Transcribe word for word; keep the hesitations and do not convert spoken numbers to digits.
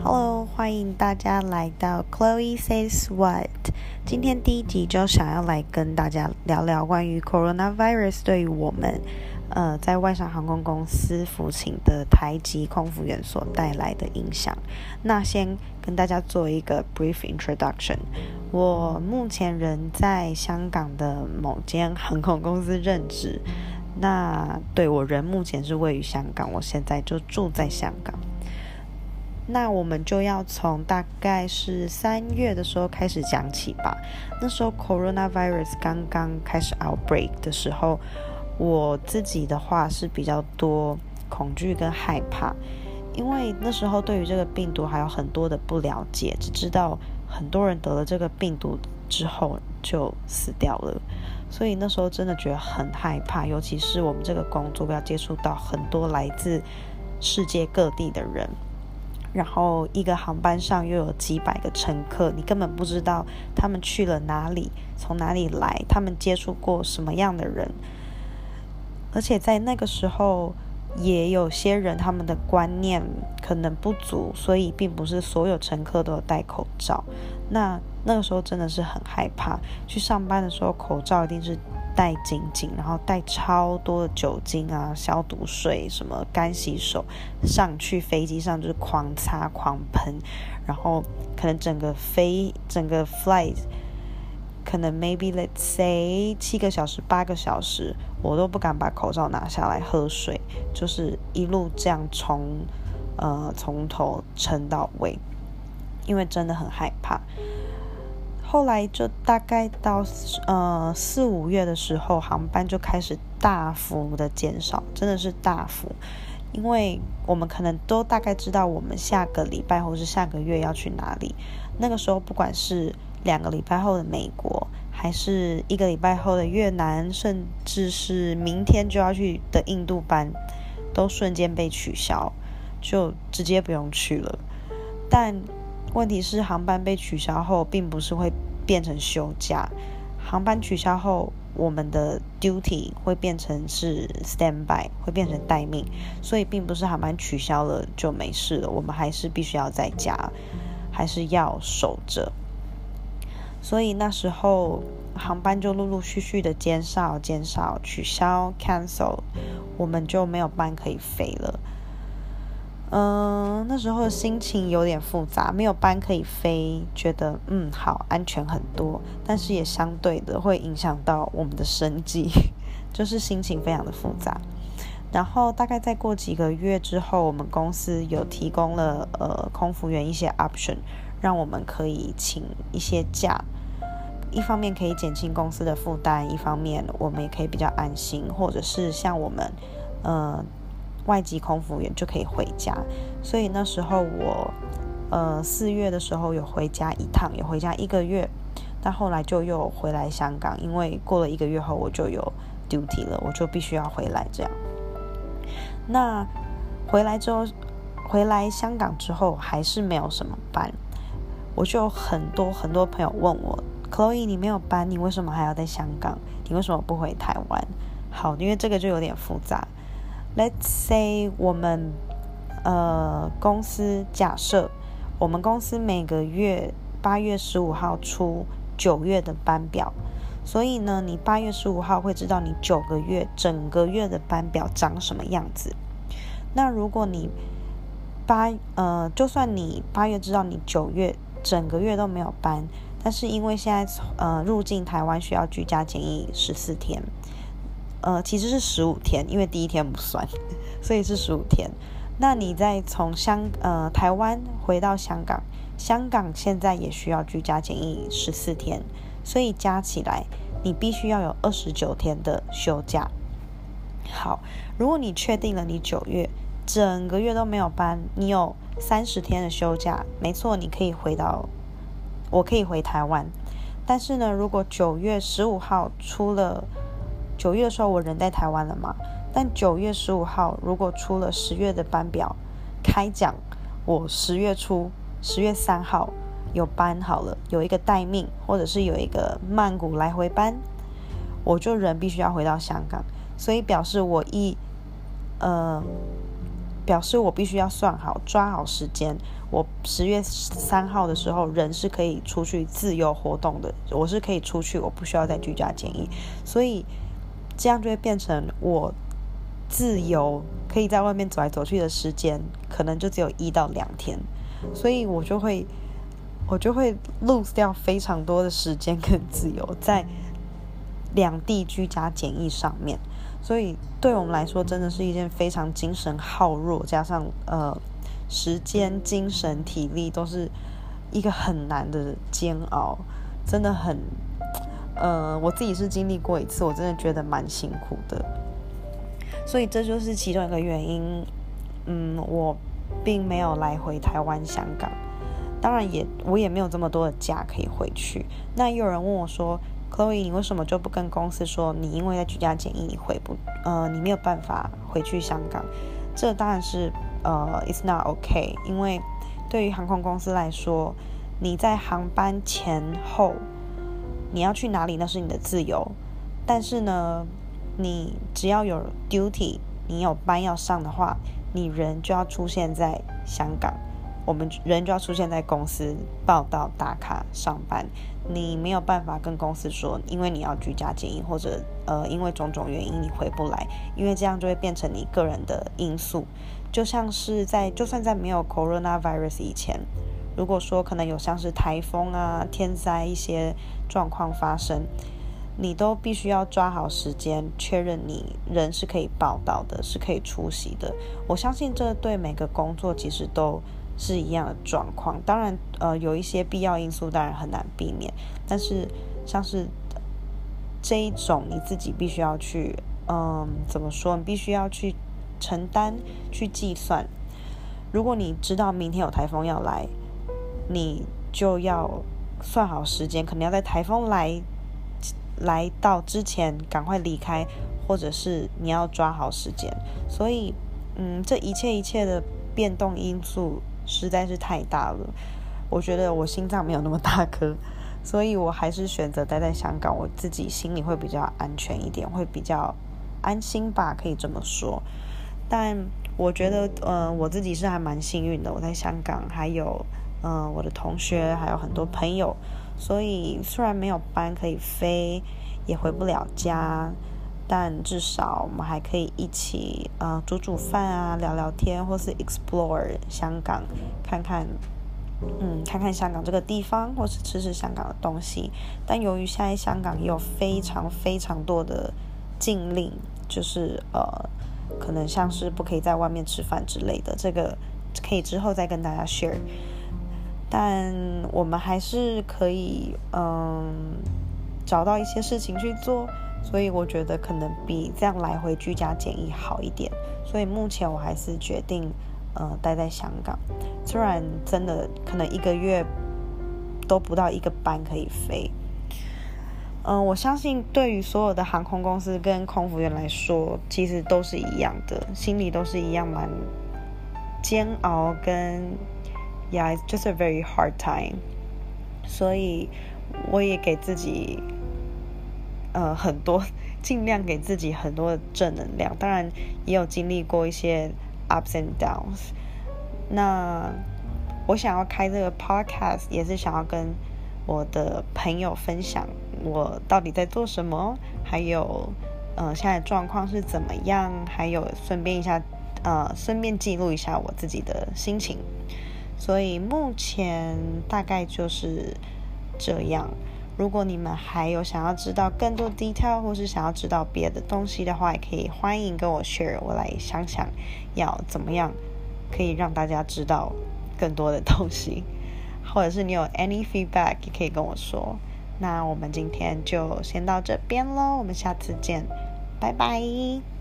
Hello，欢迎大家来到 Chloe Says What。今天第一集就想要来跟大家聊聊关于 Coronavirus 对于我们呃在外商航空公司服勤的台籍空服员所带来的影响。那先跟大家做一个 brief introduction。我目前人在香港的某间航空公司任职。那对我人目前是位于香港，我现在就住在香港。那我们就要从大概是三月的时候开始讲起吧。那时候 Coronavirus 刚刚开始 outbreak 的时候，我自己的话是比较多恐惧跟害怕，因为那时候对于这个病毒还有很多的不了解，只知道很多人得了这个病毒之后就死掉了，所以那时候真的觉得很害怕，尤其是我们这个工作要接触到很多来自世界各地的人，然后一个航班上又有几百个乘客，你根本不知道他们去了哪里，从哪里来，他们接触过什么样的人。而且在那个时候也有些人他们的观念可能不足，所以并不是所有乘客都有戴口罩。那那个时候真的是很害怕，去上班的时候口罩一定是戴紧紧，然后带超多的酒精啊、消毒水、什么干洗手，上去飞机上就是狂擦狂喷，然后可能整个飞整个 flight 可能 maybe let's say 七个小时八个小时，我都不敢把口罩拿下来喝水，就是一路这样从呃从头撑到尾，因为真的很害怕。后来就大概到呃四五月的时候，航班就开始大幅的减少，真的是大幅，因为我们可能都大概知道我们下个礼拜或是下个月要去哪里。那个时候不管是两个礼拜后的美国，还是一个礼拜后的越南，甚至是明天就要去的印度班，都瞬间被取消，就直接不用去了。但问题是航班被取消后并不是会变成休假，航班取消后我们的 duty 会变成是 standby， 会变成待命，所以并不是航班取消了就没事了，我们还是必须要在家，还是要守着。所以那时候航班就陆陆续续的减少减少取消 cancel， 我们就没有班可以飞了。嗯，那时候心情有点复杂，没有班可以飞，觉得嗯好安全很多，但是也相对的会影响到我们的生计，就是心情非常的复杂。然后大概再过几个月之后，我们公司有提供了呃空服员一些 option， 让我们可以请一些假，一方面可以减轻公司的负担，一方面我们也可以比较安心，或者是像我们呃外籍空服员就可以回家。所以那时候我呃四月的时候有回家一趟，有回家一个月，但后来就又回来香港，因为过了一个月后我就有 duty 了，我就必须要回来这样。那回来之后回来香港之后还是没有什么班，我就有很多很多朋友问我， Chloe 你没有班，你为什么还要在香港，你为什么不回台湾？好，因为这个就有点复杂。Let's say 我们呃公司假设我们公司每个月八月十五号出九月的班表，所以呢你八月十五号会知道你九个月整个月的班表长什么样子。那如果你八呃就算你八月知道你九月整个月都没有班，但是因为现在呃入境台湾需要居家检疫十四天，呃，其实是十五天，因为第一天不算，所以是十五天。那你再从香呃台湾回到香港，香港现在也需要居家检疫十四天，所以加起来你必须要有二十九天的休假。好，如果你确定了你九月整个月都没有班，你有三十天的休假，没错，你可以回到，我可以回台湾。但是呢，如果九月十五号出了九月的时候我人在台湾了嘛，但九月十五号如果出了十月的班表开讲，我十月初十月三号有班好了，有一个待命或者是有一个曼谷来回班，我就人必须要回到香港，所以表示我一呃表示我必须要算好抓好时间，我十月三号的时候人是可以出去自由活动的，我是可以出去，我不需要再居家检疫，所以这样就会变成我自由可以在外面走来走去的时间可能就只有一到两天，所以我就会我就会 lose 掉非常多的时间跟自由在两地居家检疫上面，所以对我们来说真的是一件非常精神耗弱，加上呃时间、精神、体力都是一个很难的煎熬，真的很呃我自己是经历过一次，我真的觉得蛮辛苦的，所以这就是其中一个原因，嗯，我并没有来回台湾、香港，当然也我也没有这么多的假可以回去。那也有人问我说 Chloe 你为什么就不跟公司说你因为在居家检疫你回不呃你没有办法回去香港？这当然是呃 it's not okay， 因为对于航空公司来说，你在航班前后你要去哪里那是你的自由，但是呢你只要有 duty 你有班要上的话，你人就要出现在香港，我们人就要出现在公司报到打卡上班，你没有办法跟公司说因为你要居家检疫或者呃因为种种原因你回不来，因为这样就会变成你个人的因素，就像是在就算在没有 coronavirus 以前，如果说可能有像是台风啊天灾一些状况发生，你都必须要抓好时间确认你人是可以报到的，是可以出席的。我相信这对每个工作其实都是一样的状况，当然呃有一些必要因素当然很难避免，但是像是这一种你自己必须要去嗯怎么说，你必须要去承担去计算，如果你知道明天有台风要来，你就要算好时间，可能要在台风来来到之前赶快离开，或者是你要抓好时间，所以嗯这一切一切的变动因素实在是太大了，我觉得我心脏没有那么大颗，所以我还是选择待在香港，我自己心里会比较安全一点，会比较安心吧，可以这么说。但我觉得呃我自己是还蛮幸运的，我在香港还有呃我的同学还有很多朋友，所以虽然没有班可以飞，也回不了家，但至少我们还可以一起呃煮煮饭啊，聊聊天，或是 explore 香港，看看嗯看看香港这个地方，或是吃吃香港的东西。但由于现在香港也有非常非常多的禁令，就是呃可能像是不可以在外面吃饭之类的，这个可以之后再跟大家 share。但我们还是可以嗯找到一些事情去做，所以我觉得可能比这样来回居家检疫好一点，所以目前我还是决定呃待在香港，虽然真的可能一个月都不到一个班可以飞。嗯、呃，我相信对于所有的航空公司跟空服员来说，其实都是一样的，心里都是一样蛮煎熬跟 Yeah, it's just a very hard time. 所以我也给自己呃很多尽量给自己很多的正能量，当然也有经历过一些 ups and downs。 那我想要开这个 podcast 也是想要跟我的朋友分享我到底在做什么，还有呃现在的状况是怎么样，还有顺便一下呃顺便记录一下我自己的心情。所以目前大概就是这样，如果你们还有想要知道更多 detail 或是想要知道别的东西的话，也可以欢迎跟我 share， 我来想想要怎么样可以让大家知道更多的东西，或者是你有 any feedback 也可以跟我说。那我们今天就先到这边咯，我们下次见，拜拜。